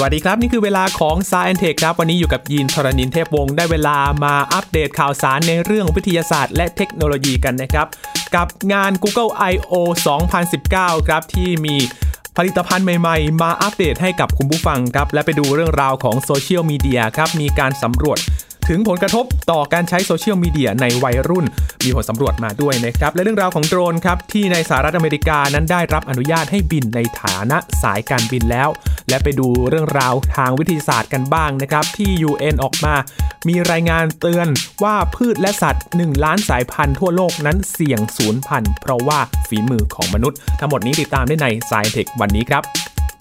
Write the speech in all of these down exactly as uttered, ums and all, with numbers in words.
วัสดีครับนี่คือเวลาของ Science Tech ครับวันนี้อยู่กับยีน ธรณินทร์ เทพวงศ์ได้เวลามาอัปเดตข่าวสารในเรื่องวิทยาศาสตร์และเทคโนโลยีกันนะครับกับงาน Google ไอ โอ สองพันสิบเก้าครับที่มีผลิตภัณฑ์ใหม่ๆมาอัปเดตให้กับคุณผู้ฟังครับและไปดูเรื่องราวของโซเชียลมีเดียครับมีการสำรวจถึงผลกระทบต่อการใช้โซเชียลมีเดียในวัยรุ่นมีผลสำรวจมาด้วยนะครับและเรื่องราวของโดรนครับที่ในสหรัฐอเมริกานั้นได้รับอนุญาตให้บินในฐานะสายการบินแล้วและไปดูเรื่องราวทางวิทยาศาสตร์กันบ้างนะครับที่ ยู เอ็น ออกมามีรายงานเตือนว่าพืชและสัตว์หนึ่งล้านสายพันธุ์ทั่วโลกนั้นเสี่ยงสูญพันธุ์เพราะว่าฝีมือของมนุษย์ทั้งหมดนี้ติดตามได้ใน Science Tech วันนี้ครับ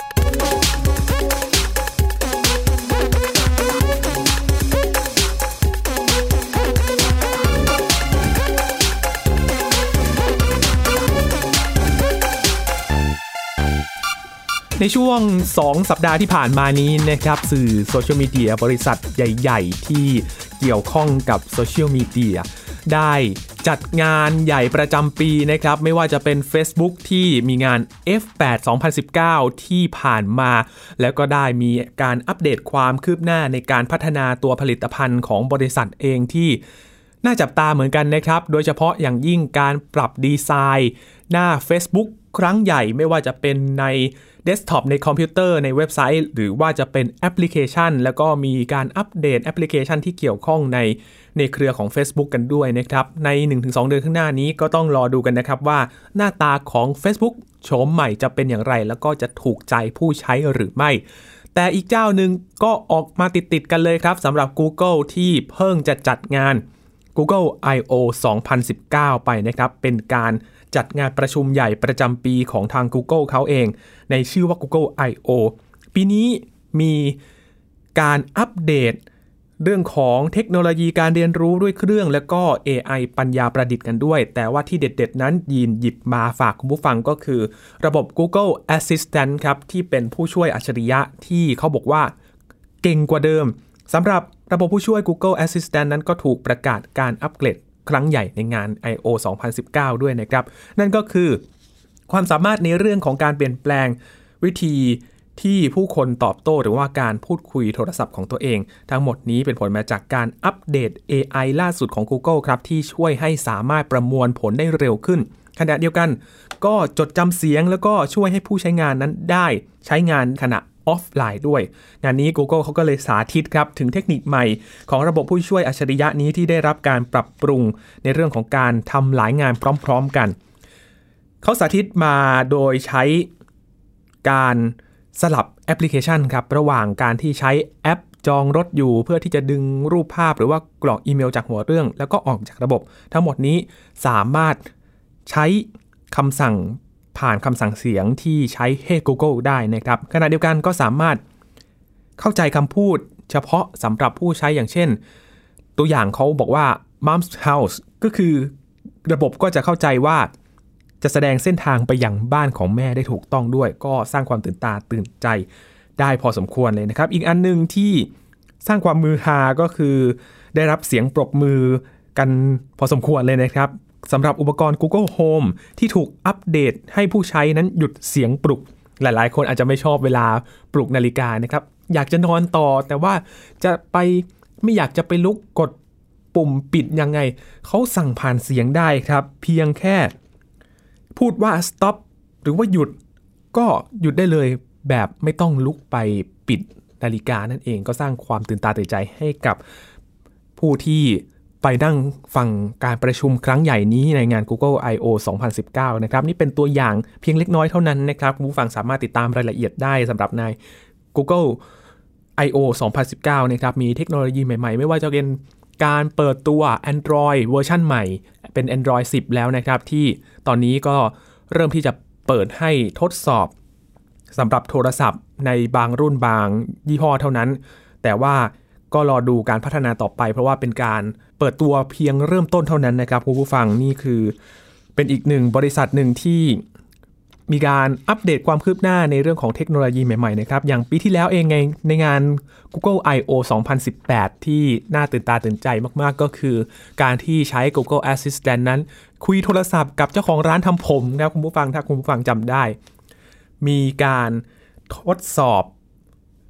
ในช่วงสองสัปดาห์ที่ผ่านมานี้นะครับสื่อโซเชียลมีเดียบริษัทใหญ่ๆที่เกี่ยวข้องกับโซเชียลมีเดียได้จัดงานใหญ่ประจำปีนะครับไม่ว่าจะเป็น Facebook ที่มีงาน เอฟ แปด สองพันสิบเก้า ที่ผ่านมาแล้วก็ได้มีการอัปเดตความคืบหน้าในการพัฒนาตัวผลิตภัณฑ์ของบริษัทเองที่น่าจับตาเหมือนกันนะครับโดยเฉพาะอย่างยิ่งการปรับดีไซน์หน้า Facebook ครั้งใหญ่ไม่ว่าจะเป็นในเดสก์ท็อปในคอมพิวเตอร์ในเว็บไซต์หรือว่าจะเป็นแอปพลิเคชันแล้วก็มีการอัปเดตแอปพลิเคชันที่เกี่ยวข้องในในเครือของ Facebook กันด้วยนะครับใน หนึ่งถึงสอง เดือนข้างหน้านี้ก็ต้องรอดูกันนะครับว่าหน้าตาของ Facebook โฉมใหม่จะเป็นอย่างไรแล้วก็จะถูกใจผู้ใช้หรือไม่แต่อีกเจ้าหนึ่งก็ออกมาติดๆกันเลยครับสำหรับ Google ที่เพิ่งจะจัดงาน Google ไอ โอ สองพันสิบเก้า ไปนะครับเป็นการจัดงานประชุมใหญ่ประจำปีของทาง Google เขาเองในชื่อว่า Google ไอ โอ ปีนี้มีการอัปเดตเรื่องของเทคโนโลยีการเรียนรู้ด้วยเครื่องและก็ เอ ไอ ปัญญาประดิษฐ์กันด้วยแต่ว่าที่เด็ดๆนั้นยีนหยิบมาฝากคุณผู้ฟังก็คือระบบ Google Assistant ครับที่เป็นผู้ช่วยอัจฉริยะที่เขาบอกว่าเก่งกว่าเดิมสำหรับระบบผู้ช่วย Google Assistant นั้นก็ถูกประกาศการอัปเกรดครั้งใหญ่ในงาน ไอ โอ สองพันสิบเก้า ด้วยนะครับนั่นก็คือความสามารถในเรื่องของการเปลี่ยนแปลงวิธีที่ผู้คนตอบโต้หรือว่าการพูดคุยโทรศัพท์ของตัวเองทั้งหมดนี้เป็นผลมาจากการอัปเดต เอ ไอ ล่าสุดของ Google ครับที่ช่วยให้สามารถประมวลผลได้เร็วขึ้นขณะเดียวกันก็จดจำเสียงแล้วก็ช่วยให้ผู้ใช้งานนั้นได้ใช้งานขณะออฟไลน์ด้วยงานนี้ Google เขาก็เลยสาธิตครับถึงเทคนิคใหม่ของระบบผู้ช่วยอัจฉริยะนี้ที่ได้รับการปรับปรุงในเรื่องของการทำหลายงานพร้อมๆกันเขาสาธิตมาโดยใช้การสลับแอปพลิเคชันครับระหว่างการที่ใช้แอปจองรถอยู่เพื่อที่จะดึงรูปภาพหรือว่ากรอกอีเมลจากหัวเรื่องแล้วก็ออกจากระบบทั้งหมดนี้สามารถใช้คำสั่งผ่านคำสั่งเสียงที่ใช้ Hey Google ได้นะครับขณะเดียวกันก็สามารถเข้าใจคำพูดเฉพาะสำหรับผู้ใช้อย่างเช่นตัวอย่างเขาบอกว่า Mom's House ก็คือระบบก็จะเข้าใจว่าจะแสดงเส้นทางไปยังบ้านของแม่ได้ถูกต้องด้วยก็สร้างความตื่นตาตื่นใจได้พอสมควรเลยนะครับอีกอันนึงที่สร้างความมือฮาก็คือได้รับเสียงปรบมือกันพอสมควรเลยนะครับสำหรับอุปกรณ์ Google Home ที่ถูกอัปเดตให้ผู้ใช้นั้นหยุดเสียงปลุกหลายๆคนอาจจะไม่ชอบเวลาปลุกนาฬิกานะครับอยากจะนอนต่อแต่ว่าจะไปไม่อยากจะไปลุกกดปุ่มปิดยังไงเขาสั่งผ่านเสียงได้ครับเพียงแค่พูดว่า stop หรือว่าหยุดก็หยุดได้เลยแบบไม่ต้องลุกไปปิดนาฬิกานั่นเองก็สร้างความตื่นตาตื่นใจให้กับผู้ที่ไปนั่งฟังการประชุมครั้งใหญ่นี้ในงาน Google ไอ โอ สองพันสิบเก้านะครับนี่เป็นตัวอย่างเพียงเล็กน้อยเท่านั้นนะครับผู้ฟังสามารถติดตามรายละเอียดได้สำหรับใน Google ไอ โอ สองพันสิบเก้านะครับมีเทคโนโลยีใหม่ๆไม่ว่าจะเป็นการเปิดตัว Android เวอร์ชันใหม่เป็น Android สิบแล้วนะครับที่ตอนนี้ก็เริ่มที่จะเปิดให้ทดสอบสำหรับโทรศัพท์ในบางรุ่นบางยี่ห้อเท่านั้นแต่ว่าก็รอดูการพัฒนาต่อไปเพราะว่าเป็นการเปิดตัวเพียงเริ่มต้นเท่านั้นนะครับคุณผู้ฟังนี่คือเป็นอีกหนึ่งบริษัทหนึ่งที่มีการอัปเดตความคืบหน้าในเรื่องของเทคโนโลยีใหม่ๆนะครับอย่างปีที่แล้วเองไงในงาน Google ไอ โอ สองพันสิบแปดที่น่าตื่นตาตื่นใจมากๆก็คือการที่ใช้ Google Assistant นั้นคุยโทรศัพท์กับเจ้าของร้านทำผมนะคุณผู้ฟังถ้าคุณผู้ฟังจำได้มีการทดสอบ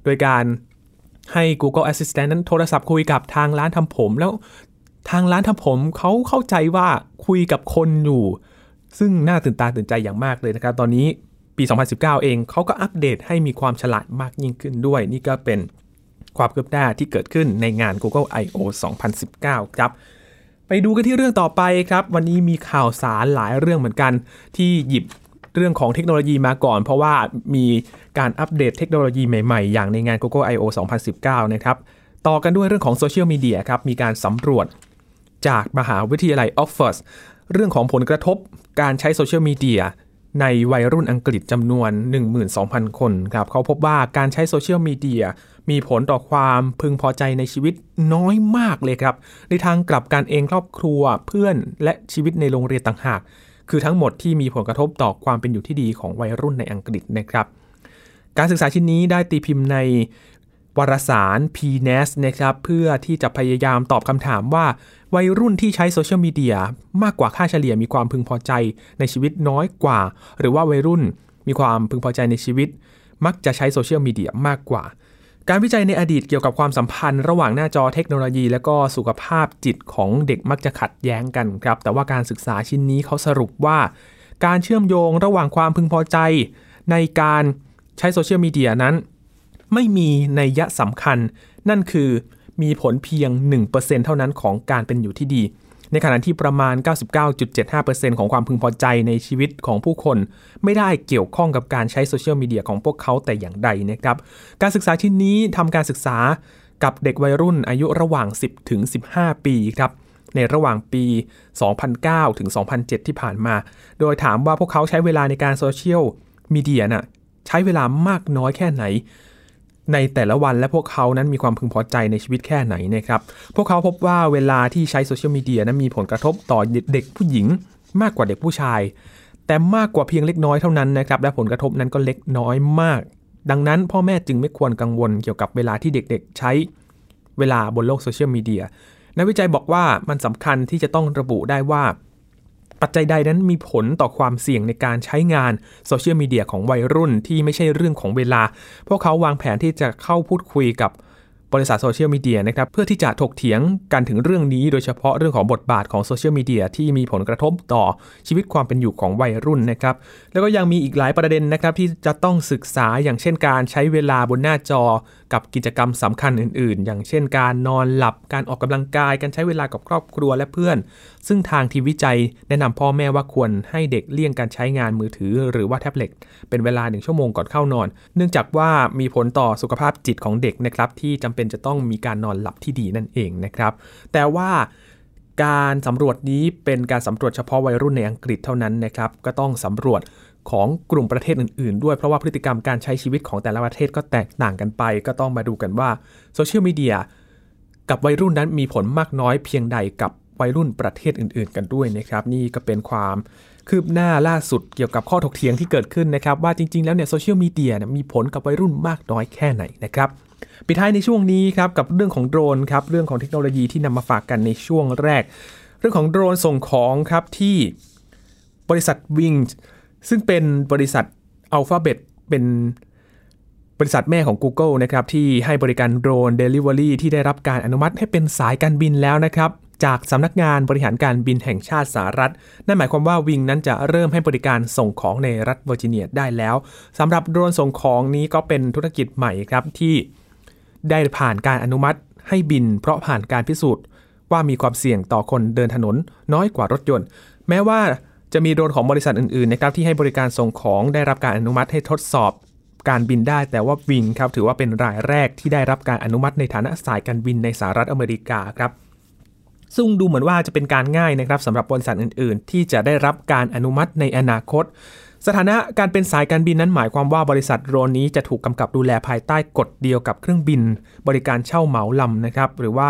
โดยการให้ Google Assistant นั้นโทรศัพท์คุยกับทางร้านทำผมแล้วทางร้านทำผมเขาเข้าใจว่าคุยกับคนอยู่ซึ่งน่าตื่นตาตื่นใจอย่างมากเลยนะครับตอนนี้ปีสองพันสิบเก้าเองเขาก็อัปเดตให้มีความฉลาดมากยิ่งขึ้นด้วยนี่ก็เป็นความคืบหน้าที่เกิดขึ้นในงาน Google ไอ โอ สองพันสิบเก้า ครับไปดูกันที่เรื่องต่อไปครับวันนี้มีข่าวสารหลายเรื่องเหมือนกันที่หยิบเรื่องของเทคโนโลยีมาก่อนเพราะว่ามีการอัปเดตเทคโนโลยีใหม่ๆอย่างในงาน Google ไอ โอ สองพันสิบเก้า นะครับต่อกันด้วยเรื่องของโซเชียลมีเดียครับมีการสำรวจจากมหาวิทยาลัยออกฟอร์ดเรื่องของผลกระทบการใช้โซเชียลมีเดียในวัยรุ่นอังกฤษจำนวน หนึ่งหมื่นสองพัน คนครับเขาพบว่าการใช้โซเชียลมีเดียมีผลต่อความพึงพอใจในชีวิตน้อยมากเลยครับในทางกลับกันเองครอบครัวเพื่อนและชีวิตในโรงเรียนต่างหากคือทั้งหมดที่มีผลกระทบต่อความเป็นอยู่ที่ดีของวัยรุ่นในอังกฤษนะครับการศึกษาชิ้นนี้ได้ตีพิมพ์ในวารสาร พี เนส นะครับเพื่อที่จะพยายามตอบคำถามว่าวัยรุ่นที่ใช้โซเชียลมีเดียมากกว่าค่าเฉลี่ยมีความพึงพอใจในชีวิตน้อยกว่าหรือว่าวัยรุ่นมีความพึงพอใจในชีวิตมักจะใช้โซเชียลมีเดียมากกว่าการวิจัยในอดีตเกี่ยวกับความสัมพันธ์ระหว่างหน้าจอเทคโนโลยีและก็สุขภาพจิตของเด็กมักจะขัดแย้งกันครับแต่ว่าการศึกษาชิ้นนี้เขาสรุปว่าการเชื่อมโยงระหว่างความพึงพอใจในการใช้โซเชียลมีเดียนั้นไม่มีนัยสำคัญนั่นคือมีผลเพียง หนึ่งเปอร์เซ็นต์ เท่านั้นของการเป็นอยู่ที่ดีในขณะที่ประมาณ เก้าสิบเก้าจุดเจ็ดห้าเปอร์เซ็นต์ ของความพึงพอใจในชีวิตของผู้คนไม่ได้เกี่ยวข้องกับการใช้โซเชียลมีเดียของพวกเขาแต่อย่างใดนะครับการศึกษาชิ้นนี้ทำการศึกษากับเด็กวัยรุ่นอายุระหว่างสิบถึงสิบห้าปีครับในระหว่างปีสองพันเก้าถึงสองพันเจ็ดที่ผ่านมาโดยถามว่าพวกเขาใช้เวลาในการโซเชียลมีเดียน่ะใช้เวลามากน้อยแค่ไหนในแต่ละวันและพวกเขานั้นมีความพึงพอใจในชีวิตแค่ไหนนะครับพวกเขาพบว่าเวลาที่ใช้โซเชียลมีเดียนั้นมีผลกระทบต่อเด็กผู้หญิงมากกว่าเด็กผู้ชายแต่มากกว่าเพียงเล็กน้อยเท่านั้นนะครับและผลกระทบนั้นก็เล็กน้อยมากดังนั้นพ่อแม่จึงไม่ควรกังวลเกี่ยวกับเวลาที่เด็กๆใช้เวลาบนโลกโซเชียลมีเดียนักวิจัยบอกว่ามันสำคัญที่จะต้องระบุได้ว่าปัจจัยใดนั้นมีผลต่อความเสี่ยงในการใช้งานโซเชียลมีเดียของวัยรุ่นที่ไม่ใช่เรื่องของเวลาพวกเขาวางแผนที่จะเข้าพูดคุยกับบริษัทโซเชียลมีเดียนะครับเพื่อที่จะถกเถียงกันถึงเรื่องนี้โดยเฉพาะเรื่องของบทบาทของโซเชียลมีเดียที่มีผลกระทบต่อชีวิตความเป็นอยู่ของวัยรุ่นนะครับแล้วก็ยังมีอีกหลายประเด็นนะครับที่จะต้องศึกษาอย่างเช่นการใช้เวลาบนหน้าจอกับกิจกรรมสำคัญอื่นๆอย่างเช่นการนอนหลับการออกกำลังกายการใช้เวลากับครอบครัวและเพื่อนซึ่งทางทีมวิจัยแนะนำพ่อแม่ว่าควรให้เด็กเลี่ยงการใช้งานมือถือหรือว่าแท็บเล็ตเป็นเวลาหนึ่งชั่วโมงก่อนเข้านอนเนื่องจากว่ามีผลต่อสุขภาพจิตของเด็กนะครับที่จำเป็นจะต้องมีการนอนหลับที่ดีนั่นเองนะครับแต่ว่าการสำรวจนี้เป็นการสำรวจเฉพาะวัยรุ่นในอังกฤษเท่านั้นนะครับก็ต้องสำรวจของกลุ่มประเทศอื่นๆด้วยเพราะว่าพฤติกรรมการใช้ชีวิตของแต่ละประเทศก็แตกต่างกันไปก็ต้องมาดูกันว่าโซเชียลมีเดียกับวัยรุ่นนั้นมีผลมากน้อยเพียงใดกับวัยรุ่นประเทศอื่นๆกันด้วยนะครับนี่ก็เป็นความคืบหน้าล่าสุดเกี่ยวกับข้อถกเถียงที่เกิดขึ้นนะครับว่าจริงๆแล้วเนี่ยโซเชียลมีเดียมีผลกับวัยรุ่นมากน้อยแค่ไหนนะครับปิดท้ายในช่วงนี้ครับกับเรื่องของโดรนครับเรื่องของเทคโนโลยีที่นำมาฝากกันในช่วงแรกเรื่องของโดรนส่งของครับที่บริษัท Wing ซึ่งเป็นบริษัท Alphabet เป็นบริษัทแม่ของ Google นะครับที่ให้บริการโดรน Delivery ที่ได้รับการอนุมัติให้เป็นสายการบินแล้วนะครับจากสำนักงานบริหารการบินแห่งชาติสหรัฐนั่นหมายความว่า Wing นั้นจะเริ่มให้บริการส่งของในรัฐเวอร์จิเนียได้แล้วสำหรับโดรนส่งของนี้ก็เป็นธุรกิจใหม่ครับที่ได้ผ่านการอนุมัติให้บินเพราะผ่านการพิสูจน์ว่ามีความเสี่ยงต่อคนเดินถนนน้อยกว่ารถยนต์แม้ว่าจะมีโดรนของบริษัทอื่นๆนะครับที่ให้บริการส่งของได้รับการอนุมัติให้ทดสอบการบินได้แต่ว่า Wing ครับถือว่าเป็นรายแรกที่ได้รับการอนุมัติในฐานะสายการบินในสหรัฐอเมริกาครับซึ่งดูเหมือนว่าจะเป็นการง่ายนะครับสำหรับบริษัทอื่นๆที่จะได้รับการอนุมัติในอนาคตสถานะการเป็นสายการบินนั้นหมายความว่าบริษัทโดรนนี้จะถูกกำกับดูแลภายใต้กฎเดียวกับเครื่องบินบริการเช่าเหมาลำนะครับหรือว่า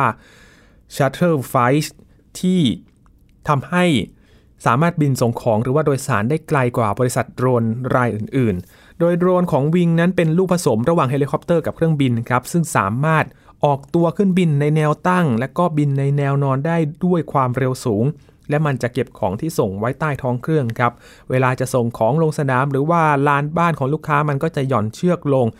Shuttle Flight ที่ทำให้สามารถบินส่งของหรือว่าโดยสารได้ไกลกว่าบริษัทโดรนรายอื่นๆโดยโดรนของ Wing นั้นเป็นลูกผสมระหว่างเฮลิคอปเตอร์กับเครื่องบินครับซึ่งสามารถออกตัวขึ้นบินในแนวตั้งและก็บินในแนวนอนได้ด้วยความเร็วสูงและมันจะเก็บของที่ส่งไว้ใต้ท้องเครื่องครับเวลาจะส่งของลงสนามหรือว่าลานบ้านของลูกค้ามันก็จะหย่อนเชือกลงโ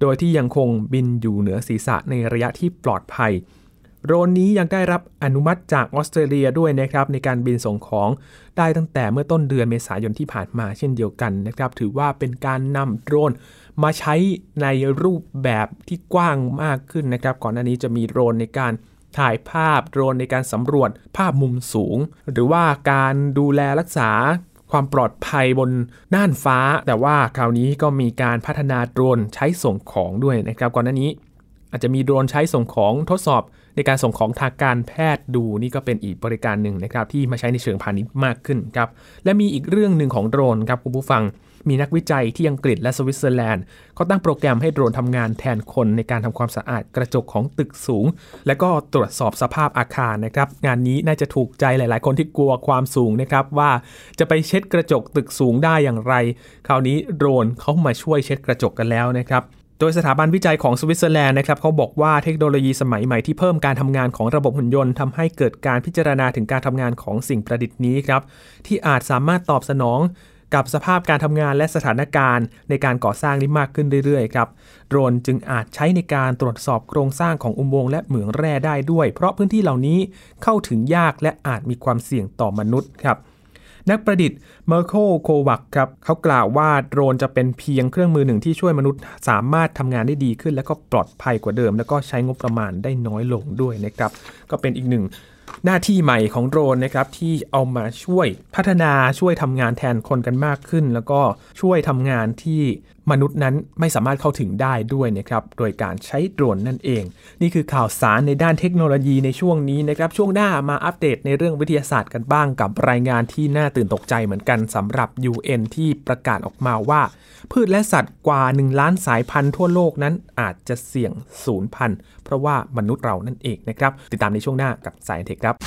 โดยที่ยังคงบินอยู่เหนือศีรษะในระยะที่ปลอดภัยโดรนนี้ยังได้รับอนุมัติจากออสเตรเลียด้วยนะครับในการบินส่งของได้ตั้งแต่เมื่อต้นเดือนเมษายนที่ผ่านมาเช่นเดียวกันนะครับถือว่าเป็นการนำโดรนมาใช้ในรูปแบบที่กว้างมากขึ้นนะครับก่อนหน้านี้จะมีโดรนในการถ่ายภาพโดรนในการสำรวจภาพมุมสูงหรือว่าการดูแลรักษาความปลอดภัยบนน่านฟ้าแต่ว่าคราวนี้ก็มีการพัฒนาโดรนใช้ส่งของด้วยนะครับก่อนหน้านี้อาจจะมีโดรนใช้ส่งของทดสอบในการส่งของทางการแพทย์ดูนี่ก็เป็นอีกบริการหนึ่งนะครับที่มาใช้ในเชิงพาณิชย์มากขึ้นครับและมีอีกเรื่องหนึ่งของโดรนครับคุณผู้ฟังมีนักวิจัยที่อังกฤษและสวิตเซอร์แลนด์เขาตั้งโปรแกรมให้โดรนทำงานแทนคนในการทำความสะอาดกระจกของตึกสูงและก็ตรวจสอบสภาพอาคารนะครับงานนี้น่าจะถูกใจหลายๆคนที่กลัวความสูงนะครับว่าจะไปเช็ดกระจกตึกสูงได้อย่างไรคราวนี้โดรนเขามาช่วยเช็ดกระจกกันแล้วนะครับโดยสถาบันวิจัยของสวิตเซอร์แลนด์นะครับเขาบอกว่าเทคโนโลยีสมัยใหม่ที่เพิ่มการทำงานของระบบหุ่นยนต์ทำให้เกิดการพิจารณาถึงการทำงานของสิ่งประดิษฐ์นี้ครับที่อาจสามารถตอบสนองกับสภาพการทำงานและสถานการณ์ในการก่อสร้างนี้มากขึ้นเรื่อยๆครับโดรนจึงอาจใช้ในการตรวจสอบโครงสร้างของอุโมงค์และเหมืองแร่ได้ด้วยเพราะพื้นที่เหล่านี้เข้าถึงยากและอาจมีความเสี่ยงต่อมนุษย์ครับนักประดิษฐ์เมอร์โคโควักครับเขากล่าวว่าโดรนจะเป็นเพียงเครื่องมือหนึ่งที่ช่วยมนุษย์สามารถทำงานได้ดีขึ้นและก็ปลอดภัยกว่าเดิมแล้วก็ใช้งบประมาณได้น้อยลงด้วยนะครับก็เป็นอีกหนึ่งหน้าที่ใหม่ของโดรนนะครับที่เอามาช่วยพัฒนาช่วยทำงานแทนคนกันมากขึ้นแล้วก็ช่วยทำงานที่มนุษย์นั้นไม่สามารถเข้าถึงได้ด้วยนะครับโดยการใช้โดรนนั่นเองนี่คือข่าวสารในด้านเทคโนโลยีในช่วงนี้นะครับช่วงหน้ามาอัปเดตในเรื่องวิทยาศาสตร์กันบ้างกับรายงานที่น่าตื่นตกใจเหมือนกันสำหรับ ยู เอ็น ที่ประกาศออกมาว่าพืชและสัตว์กว่าหนึ่งล้านสายพันธุ์ทั่วโลกนั้นอาจจะเสี่ยงสูญพันธุ์เพราะว่ามนุษย์เรานั่นเองนะครับติดตามในช่วงหน้ากับ Science Tech ครับ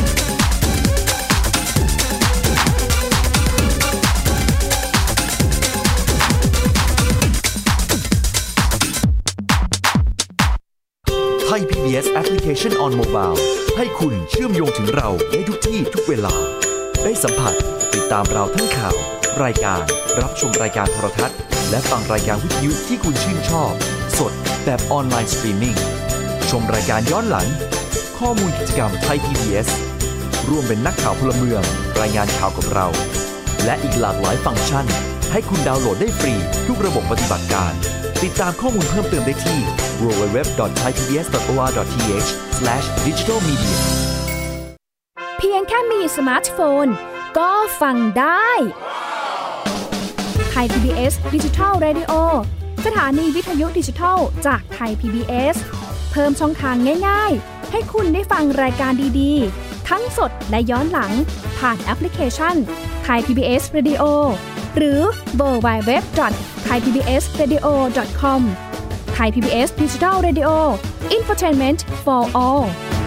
ไทย พี บี เอส Application on Mobile ให้คุณเชื่อมโยงถึงเราได้ทุกที่ทุกเวลาได้สัมผัสติดตามเราทั้งข่าวรายการรับชมรายการโทรทัศน์และฟังรายการวิทยุที่คุณชื่นชอบสดแบบออนไลน์สตรีมมิ่งชมรายการย้อนหลังข้อมูลกิจกรรมไทย พี บี เอส ร่วมเป็นนักข่าวพลเมืองรายงานข่าวกับเราและอีกหลากหลายฟังก์ชันให้คุณดาวน์โหลดได้ฟรีทุกระบบปฏิบัติการติดตามข้อมูลเพิ่มเติมได้ที่ ดับเบิลยู ดับเบิลยู ดับเบิลยู ดอท ไทยพีบีเอส ดอท โอ อาร์ ดอท ที เอช สแลช ดิจิทัลมีเดียเพียงแค่มีสมาร์ทโฟนก็ฟังได้ไทย พี บี เอส Digital Radio สถานีวิทยุดิจิทัลจากไทย พี บี เอส เพิ่มช่องทางง่ายๆให้คุณได้ฟังรายการดีๆทั้งสดและย้อนหลังผ่านแอปพลิเคชัน Thai พี บี เอส Radio หรือ ดับเบิลยู ดับเบิลยู ดับเบิลยู ดอท ไทยพีบีเอสเรดิโอ ดอท คอม Thai พี บี เอส Digital Radio Infotainment for all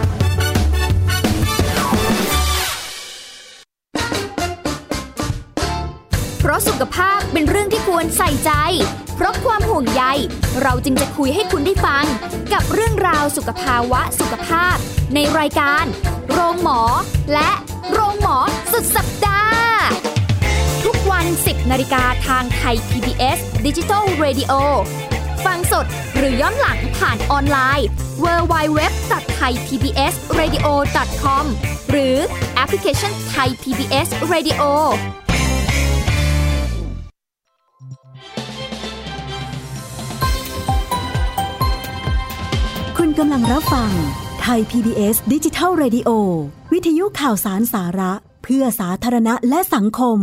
เพราะสุขภาพเป็นเรื่องที่ควรใส่ใจเพราะความห่วงใยเราจึงจะคุยให้คุณได้ฟังกับเรื่องราวสุขภาวะสุขภาพในรายการโรงหมอและโรงหมอสุดสัปดาห์ทุกวัน สิบนาฬิกาทางไทย พี บี เอส Digital Radio ฟังสดหรือย้อนหลังผ่านออนไลน์ ดับเบิลยู ดับเบิลยู ดับเบิลยู ดอท ไทยพีบีเอสเรดิโอ ดอท คอม หรือแอปพลิเคชัน Thai พี บี เอส Radio คุณกำลังรับฟังไทย พี บี เอส Digital Radio วิทยุข่าวสารสาระเพื่อสาธารณะและสังคม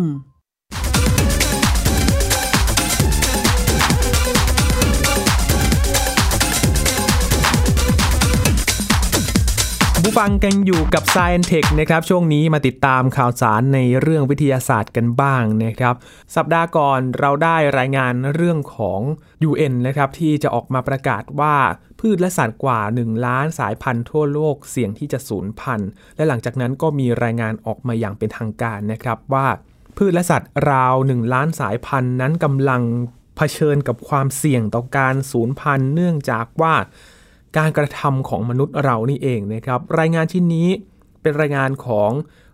ผู้ฟังกันอยู่กับ Science Tech นะครับช่วงนี้มาติดตามข่าวสารในเรื่องวิทยาศาสตร์กันบ้างนะครับสัปดาห์ก่อนเราได้รายงานเรื่องของ ยู เอ็น นะครับที่จะออกมาประกาศว่าพืชและสัตว์กว่าหนึ่งล้านสายพันธุ์ทั่วโลกเสี่ยงที่จะสูญพันธุ์และหลังจากนั้นก็มีรายงานออกมาอย่างเป็นทางการนะครับว่าพืชและสัตว์ราวหนึ่งล้านสายพันธุ์นั้นกำลังเผชิญกับความเสี่ยงต่อการสูญพันธุ์เนื่องจากว่าการกระทำของมนุษย์เรานี่เองนะครับรายงานชิ้นนี้เป็นรายงานของ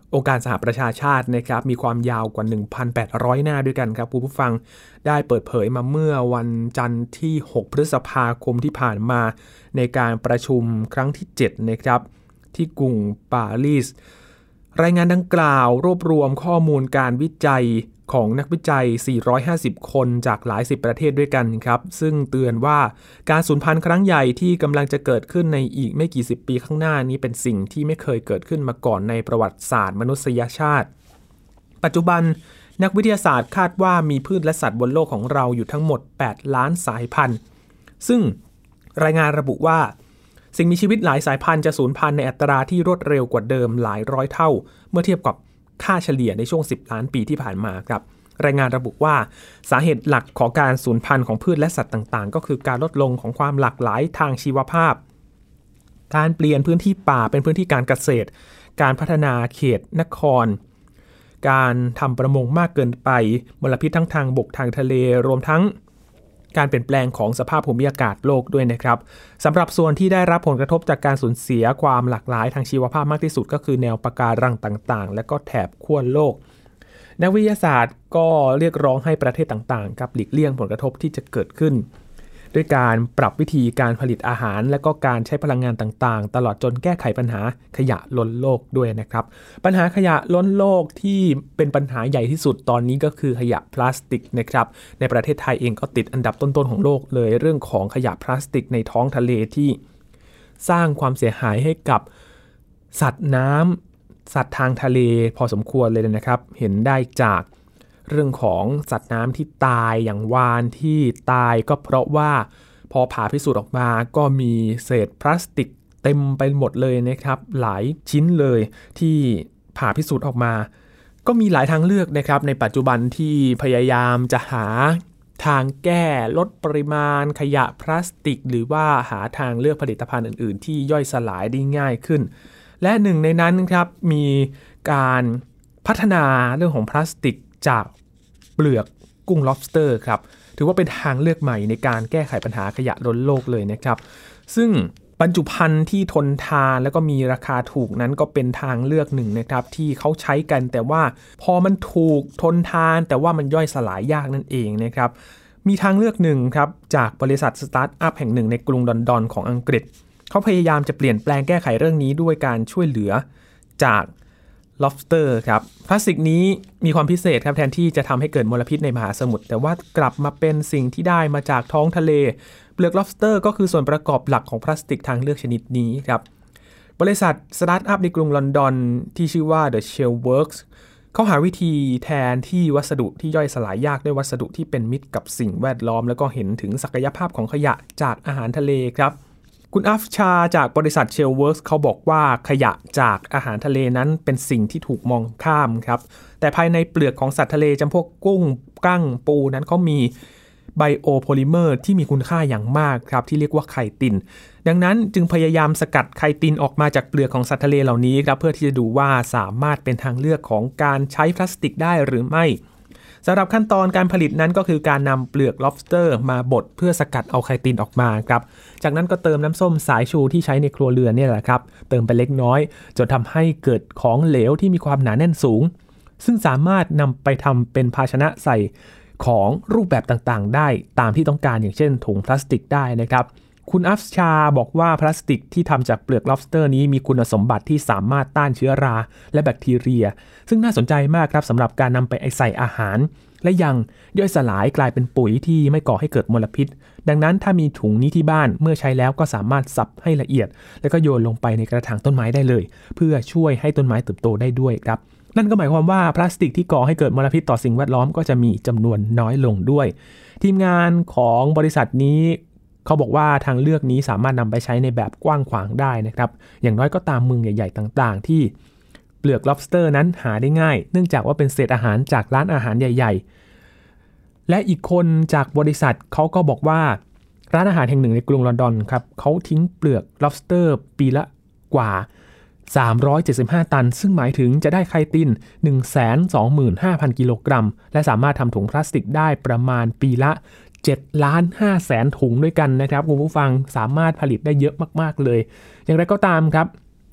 องค์การสหประชาชาตินะครับมีความยาวกว่า หนึ่งพันแปดร้อย หน้าด้วยกันครับคุณผู้ฟังได้เปิดเผยมาเมื่อวันจันทร์ที่หกพฤษภาคมที่ผ่านมาในการประชุมครั้งที่เจ็ดนะครับที่กรุงปารีสรายงานดังกล่าวรวบรวมข้อมูลการวิจัยของนักวิจัยสี่ร้อยห้าสิบคนจากหลายสิบประเทศด้วยกันครับซึ่งเตือนว่าการสูญพันธุ์ครั้งใหญ่ที่กำลังจะเกิดขึ้นในอีกไม่กี่สิบปีข้างหน้านี้เป็นสิ่งที่ไม่เคยเกิดขึ้นมาก่อนในประวัติศาสตร์มนุษยชาติปัจจุบันนักวิทยาศาสตร์คาดว่ามีพืชและสัตว์บนโลกของเราอยู่ทั้งหมดแปดล้านสายพันธุ์ซึ่งรายงานระบุว่าสิ่งมีชีวิตหลายสายพันธุ์จะสูญพันธุ์ในอัตราที่รวดเร็วกว่าเดิมหลายร้อยเท่าเมื่อเทียบกับค่าเฉลี่ยในช่วงสิบล้านปีที่ผ่านมาครับรายงานระบุว่าสาเหตุหลักของการสูญพันธุ์ของพืชและสัตว์ต่างๆก็คือการลดลงของความหลากหลายทางชีวภาพการเปลี่ยนพื้นที่ป่าเป็นพื้นที่การเกษตรการพัฒนาเขตนครการทำประมงมากเกินไปมลพิษทั้งทางบกทางทะเลรวมทั้งการเปลี่ยนแปลงของสภาพภูมิอากาศโลกด้วยนะครับสำหรับส่วนที่ได้รับผลกระทบจากการสูญเสียความหลากหลายทางชีวภาพมากที่สุดก็คือแนวปะการังต่างๆและก็แถบขั้วโลกนักวิทยาศาสตร์ก็เรียกร้องให้ประเทศต่างๆครับหลีกเลี่ยงผลกระทบที่จะเกิดขึ้นด้วยการปรับวิธีการผลิตอาหารและก็การใช้พลังงานต่างๆตลอดจนแก้ไขปัญหาขยะล้นโลกด้วยนะครับปัญหาขยะล้นโลกที่เป็นปัญหาใหญ่ที่สุดตอนนี้ก็คือขยะพลาสติกนะครับในประเทศไทยเองก็ติดอันดับต้นๆของโลกเลยเรื่องของขยะพลาสติกในท้องทะเลที่สร้างความเสียหายให้กับสัตว์น้ำสัตว์ทางทะเลพอสมควรเลยนะครับเห็นได้จากเรื่องของสัตว์น้ำที่ตายอย่างวาฬที่ตายก็เพราะว่าพอผ่าพิสูจน์ออกมาก็มีเศษพลาสติกเต็มไปหมดเลยนะครับหลายชิ้นเลยที่ผ่าพิสูจน์ออกมาก็มีหลายทางเลือกนะครับในปัจจุบันที่พยายามจะหาทางแก้ลดปริมาณขยะพลาสติกหรือว่าหาทางเลือกผลิตภัณฑ์อื่นๆที่ย่อยสลายได้ง่ายขึ้นและหนึ่งในนั้นครับมีการพัฒนาเรื่องของพลาสติกจากเปลือกกุ้ง lobster ครับถือว่าเป็นทางเลือกใหม่ในการแก้ไขปัญหาขยะล้นโลกเลยนะครับซึ่งบรรจุภัณฑ์ที่ทนทานแล้วก็มีราคาถูกนั้นก็เป็นทางเลือกหนึ่งนะครับที่เขาใช้กันแต่ว่าพอมันถูกทนทานแต่ว่ามันย่อยสลายยากนั่นเองนะครับมีทางเลือกหนึ่งครับจากบริษัทสตาร์ทอัพแห่งหนึ่งในกรุงลอนดอนของอังกฤษเขาพยายามจะเปลี่ยนแปลงแก้ไขเรื่องนี้ด้วยการช่วยเหลือจากlobster ครับพลาสติกนี้มีความพิเศษครับแทนที่จะทำให้เกิดมลพิษในมหาสมุทรแต่ว่ากลับมาเป็นสิ่งที่ได้มาจากท้องทะเลเปลือก lobster ก็คือส่วนประกอบหลักของพลาสติกทางเลือกชนิดนี้ครับบริษัทสตาร์ทอัพในกรุงลอนดอนที่ชื่อว่า The Shell Works เขาหาวิธีแทนที่วัสดุที่ย่อยสลายยากด้วยวัสดุที่เป็นมิตรกับสิ่งแวดล้อมแล้วก็เห็นถึงศักยภาพของขยะจากอาหารทะเลครับคุณอัฟชาจากบริษัท Shell Works เขาบอกว่าขยะจากอาหารทะเลนั้นเป็นสิ่งที่ถูกมองข้ามครับแต่ภายในเปลือกของสัตว์ทะเลจำพวกกุ้งกั้งปูนั้นเขามีไบโอโพลิเมอร์ที่มีคุณค่าอย่างมากครับที่เรียกว่าไคตินดังนั้นจึงพยายามสกัดไคตินออกมาจากเปลือกของสัตว์ทะเลเหล่านี้ครับเพื่อที่จะดูว่าสามารถเป็นทางเลือกของการใช้พลาสติกได้หรือไม่สำหรับขั้นตอนการผลิตนั้นก็คือการนำเปลือก lobster มาบดเพื่อสกัดเอาไคตินออกมาครับจากนั้นก็เติมน้ำส้มสายชูที่ใช้ในครัวเรือนนี่แหละครับเติมไปเล็กน้อยจนทำให้เกิดของเหลวที่มีความหนาแน่นสูงซึ่งสามารถนำไปทำเป็นภาชนะใส่ของรูปแบบต่างๆได้ตามที่ต้องการอย่างเช่นถุงพลาสติกได้นะครับคุณอัฟชาบอกว่าพลาสติกที่ทำจากเปลือก lobster นี้มีคุณสมบัติที่สามารถต้านเชื้อราและแบคทีเรียซึ่งน่าสนใจมากครับสำหรับการนำไปใส่อาหารและยังย่อยสลายกลายเป็นปุ๋ยที่ไม่ก่อให้เกิดมลพิษดังนั้นถ้ามีถุงนี้ที่บ้านเมื่อใช้แล้วก็สามารถสับให้ละเอียดแล้วก็โยนลงไปในกระถางต้นไม้ได้เลยเพื่อช่วยให้ต้นไม้เติบโตได้ด้วยครับนั่นก็หมายความว่าพลาสติกที่ก่อให้เกิดมลพิษต่อสิ่งแวดล้อมก็จะมีจำนวนน้อยลงด้วยทีมงานของบริษัทนี้เขาบอกว่าทางเลือกนี้สามารถนำไปใช้ในแบบกว้างขวางได้นะครับอย่างน้อยก็ตามเมืองใหญ่ๆต่างๆที่เปลือก lobster นั้นหาได้ง่ายเนื่องจากว่าเป็นเศษอาหารจากร้านอาหารใหญ่ๆและอีกคนจากบริษัทเขาก็บอกว่าร้านอาหารแห่งหนึ่งในกรุงลอนดอนครับเขาทิ้งเปลือก lobster ปีละกว่าสามร้อยเจ็ดสิบห้าตันซึ่งหมายถึงจะได้ไคติน หนึ่งแสนสองหมื่นห้าพัน กิโลกรัมและสามารถทำถุงพลาสติกได้ประมาณปีละเจ็ดล้านห้าแสนถุงด้วยกันนะครับคุณผู้ฟังสามารถผลิตได้เยอะมากๆเลยอย่างไรก็ตามครับ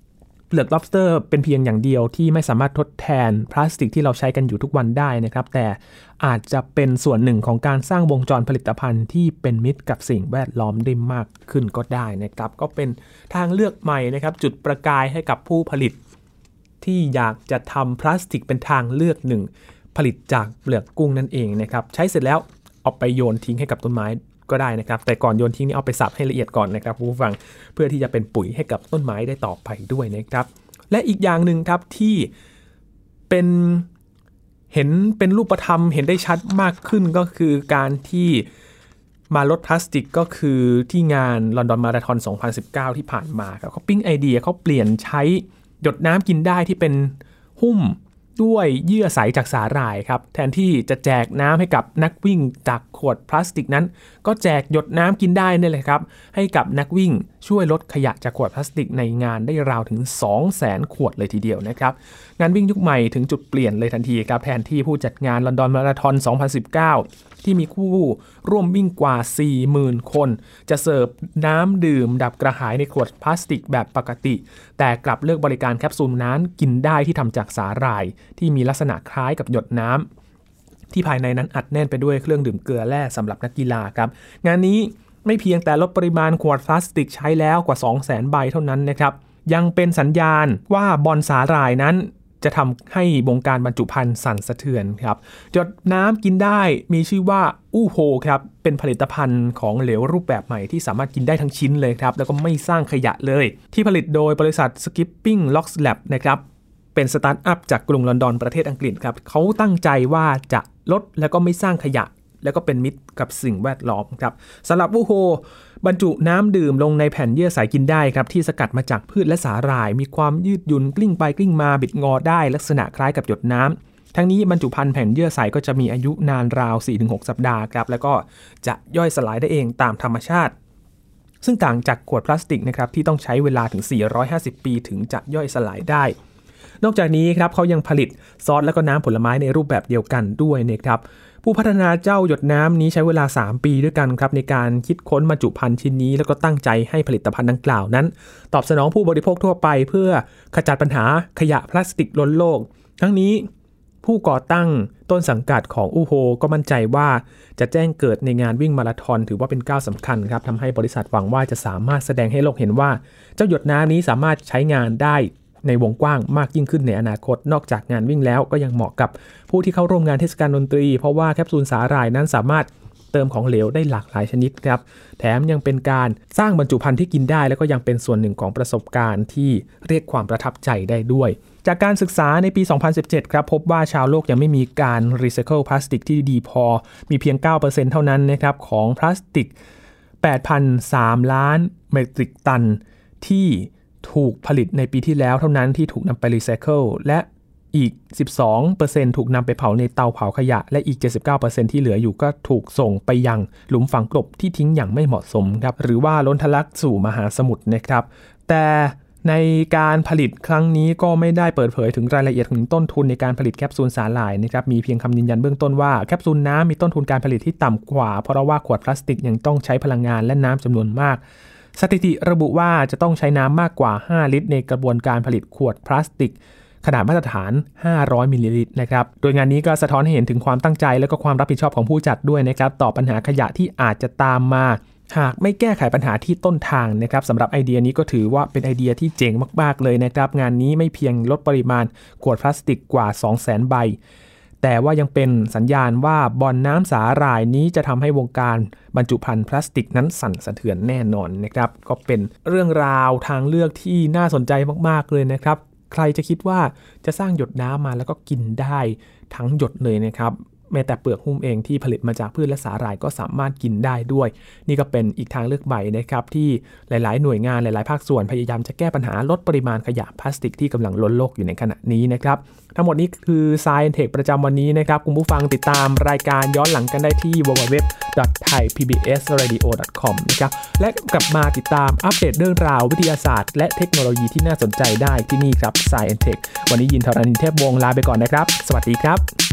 เปลือก lobster เป็นเพียงอย่างเดียวที่ไม่สามารถทดแทนพลาสติกที่เราใช้กันอยู่ทุกวันได้นะครับแต่อาจจะเป็นส่วนหนึ่งของการสร้างวงจรผลิตภัณฑ์ที่เป็นมิตรกับสิ่งแวดล้อมได้มากขึ้นก็ได้นะครับก็เป็นทางเลือกใหม่นะครับจุดประกายให้กับผู้ผลิตที่อยากจะทำพลาสติกเป็นทางเลือกหนึ่งผลิตจากเปลือกกุ้งนั่นเองนะครับใช้เสร็จแล้วเอาไปโยนทิ้งให้กับต้นไม้ก็ได้นะครับแต่ก่อนโยนทิ้งนี่เอาไปสับให้ละเอียดก่อนนะครับผู้ฟังเพื่อที่จะเป็นปุ๋ยให้กับต้นไม้ได้ต่อไปด้วยนะครับและอีกอย่างหนึ่งครับที่เป็นเห็นเป็นรูปธรรมเห็นได้ชัดมากขึ้นก็คือการที่มาลดพลาสติกก็คือที่งานลอนดอนมาราธอนสองพันสิบเก้าที่ผ่านมาครับเขาปิ๊งไอเดียเขาเปลี่ยนใช้หยดน้ำกินได้ที่เป็นหุ้มด้วยเยื่อใสจากสาหร่ายครับแทนที่จะแจกน้ำให้กับนักวิ่งจากขวดพลาสติกนั้นก็แจกหยดน้ำกินได้นี่แหละครับให้กับนักวิ่งช่วยลดขยะจากขวดพลาสติกในงานได้ราวถึง สองแสน ขวดเลยทีเดียวนะครับงานวิ่งยุคใหม่ถึงจุดเปลี่ยนเลยทันทีครับแทนที่ผู้จัดงานลอนดอนมาราธอนสองพันสิบเก้าที่มีคู่ร่วมวิ่งกว่า สี่หมื่น คนจะเสิร์ฟน้ำดื่มดับกระหายในขวดพลาสติกแบบปกติแต่กลับเลือกบริการแคปซูลน้ำกินได้ที่ทำจากสาหร่ายที่มีลักษณะคล้ายกับหยดน้ำที่ภายในนั้นอัดแน่นไปด้วยเครื่องดื่มเกลือแร่สำหรับนักกีฬาครับงานนี้ไม่เพียงแต่ลดปริมาณขวดพลาสติกใช้แล้วกว่า สองแสน ใบเท่านั้นนะครับยังเป็นสัญญาณว่าบอนสาหร่ายนั้นจะทำให้วงการบรรจุภัณฑ์สั่นสะเทือนครับหยดน้ำกินได้มีชื่อว่าอู้โฮครับเป็นผลิตภัณฑ์ของเหลวรูปแบบใหม่ที่สามารถกินได้ทั้งชิ้นเลยครับแล้วก็ไม่สร้างขยะเลยที่ผลิตโดยบริษัท Skipping Rocks Lab นะครับเป็นสตาร์ทอัพจากกรุงลอนดอนประเทศอังกฤษครับเขาตั้งใจว่าจะลดแล้วก็ไม่สร้างขยะแล้วก็เป็นมิตรกับสิ่งแวดล้อมครับสำหรับอู้โฮบรรจุน้ำดื่มลงในแผ่นเยื่อใสกินได้ครับที่สกัดมาจากพืชและสาหร่ายมีความยืดหยุ่นกลิ้งไปกลิ้งมาบิดงอได้ลักษณะคล้ายกับหยดน้ำทั้งนี้บรรจุภัณฑ์แผ่นเยื่อใสก็จะมีอายุนานราว สี่ถึงหก สัปดาห์ครับแล้วก็จะย่อยสลายได้เองตามธรรมชาติซึ่งต่างจากขวดพลาสติกนะครับที่ต้องใช้เวลาถึงสี่ร้อยห้าสิบปีถึงจะย่อยสลายได้นอกจากนี้ครับเขายังผลิตซอสและก็น้ำผลไม้ในรูปแบบเดียวกันด้วยนะครับผู้พัฒนาเจ้าหยดน้ำนี้ใช้เวลาสามปีด้วยกันครับในการคิดค้นบรรจุภัณฑ์ชิ้นนี้แล้วก็ตั้งใจให้ผลิตภัณฑ์ดังกล่าวนั้นตอบสนองผู้บริโภคทั่วไปเพื่อขจัดปัญหาขยะพลาสติกล้นโลกทั้งนี้ผู้ก่อตั้งต้นสังกัดของอู้โฮก็มั่นใจว่าจะแจ้งเกิดในงานวิ่งมาราธอนถือว่าเป็นก้าวสำคัญครับทำให้บริษัทหวังว่าจะสามารถแสดงให้โลกเห็นว่าเจ้าหยดน้ำนี้สามารถใช้งานได้ในวงกว้างมากยิ่งขึ้นในอนาคตนอกจากงานวิ่งแล้วก็ยังเหมาะกับผู้ที่เข้าร่วมงานเทศกาลดนตรีเพราะว่าแคปซูลสาหร่ายนั้นสามารถเติมของเหลวได้หลากหลายชนิดครับแถมยังเป็นการสร้างบรรจุภัณฑ์ที่กินได้แล้วก็ยังเป็นส่วนหนึ่งของประสบการณ์ที่เรียกความประทับใจได้ด้วยจากการศึกษาในปีสองพันสิบเจ็ดครับพบว่าชาวโลกยังไม่มีการรีไซเคิลพลาสติกที่ดีพอมีเพียง เก้าเปอร์เซ็นต์ เท่านั้นนะครับของพลาสติก แปดพันสาม ล้านเมตริกตันที่ถูกผลิตในปีที่แล้วเท่านั้นที่ถูกนำไปรีไซเคิลและอีก สิบสองเปอร์เซ็นต์ ถูกนำไปเผาในเตาเผาขยะและอีก เจ็ดสิบเก้าเปอร์เซ็นต์ ที่เหลืออยู่ก็ถูกส่งไปยังหลุมฝังกลบที่ทิ้งอย่างไม่เหมาะสมครับหรือว่าล้นทะลักสู่มหาสมุทรนะครับแต่ในการผลิตครั้งนี้ก็ไม่ได้เปิดเผยถึงรายละเอียดถึงต้นทุนในการผลิตแคปซูลสาหร่ายนะครับมีเพียงคำยืนยันเบื้องต้นว่าแคปซูลน้ำมีต้นทุนการผลิตที่ต่ำกว่าเพราะว่าขวดพลาสติกยังต้องใช้พลังงานและน้ำจำนวนมากสถิติระบุว่าจะต้องใช้น้ำมากกว่าห้าลิตรในกระบวนการผลิตขวดพลาสติกขนาดมาตรฐานห้าร้อยมิลลิลิตรนะครับโดยงานนี้ก็สะท้อนให้เห็นถึงความตั้งใจและก็ความรับผิดชอบของผู้จัดด้วยนะครับต่อปัญหาขยะที่อาจจะตามมาหากไม่แก้ไขปัญหาที่ต้นทางนะครับสำหรับไอเดียนี้ก็ถือว่าเป็นไอเดียที่เจ๋งมากๆเลยนะครับงานนี้ไม่เพียงลดปริมาณขวดพลาสติกกว่า สองแสน ใบแต่ว่ายังเป็นสัญญาณว่าบ่อนน้ำสาหร่ายนี้จะทำให้วงการบรรจุภัณฑ์พลาสติกนั้นสั่นสะเทือนแน่นอนนะครับก็เป็นเรื่องราวทางเลือกที่น่าสนใจมากๆเลยนะครับใครจะคิดว่าจะสร้างหยดน้ำมาแล้วก็กินได้ทั้งหยดเลยนะครับแม้แต่เปลือกหุ้มเองที่ผลิตมาจากพืชและสาหร่ายก็สามารถกินได้ด้วยนี่ก็เป็นอีกทางเลือกใหม่นะครับที่หลายๆหน่วยงานหลายๆภาคส่วนพยายามจะแก้ปัญหาลดปริมาณขยะพลาสติกที่กำลังล้นโลกอยู่ในขณะนี้นะครับทั้งหมดนี้คือ Science Tech ประจำวันนี้นะครับคุณผู้ฟังติดตามรายการย้อนหลังกันได้ที่ ดับเบิลยู ดับเบิลยู ดับเบิลยู ดอท ไทย พี บี เอส เรดิโอ ดอท คอม นะครับและกลับมาติดตามอัปเดตเรื่องราววิทยาศาสตร์และเทคโนโลยีที่น่าสนใจได้ที่นี่ครับ Science Tech วันนี้ยินทรานินเทพวงศ์ลาไปก่อนนะครับสวัสดีครับ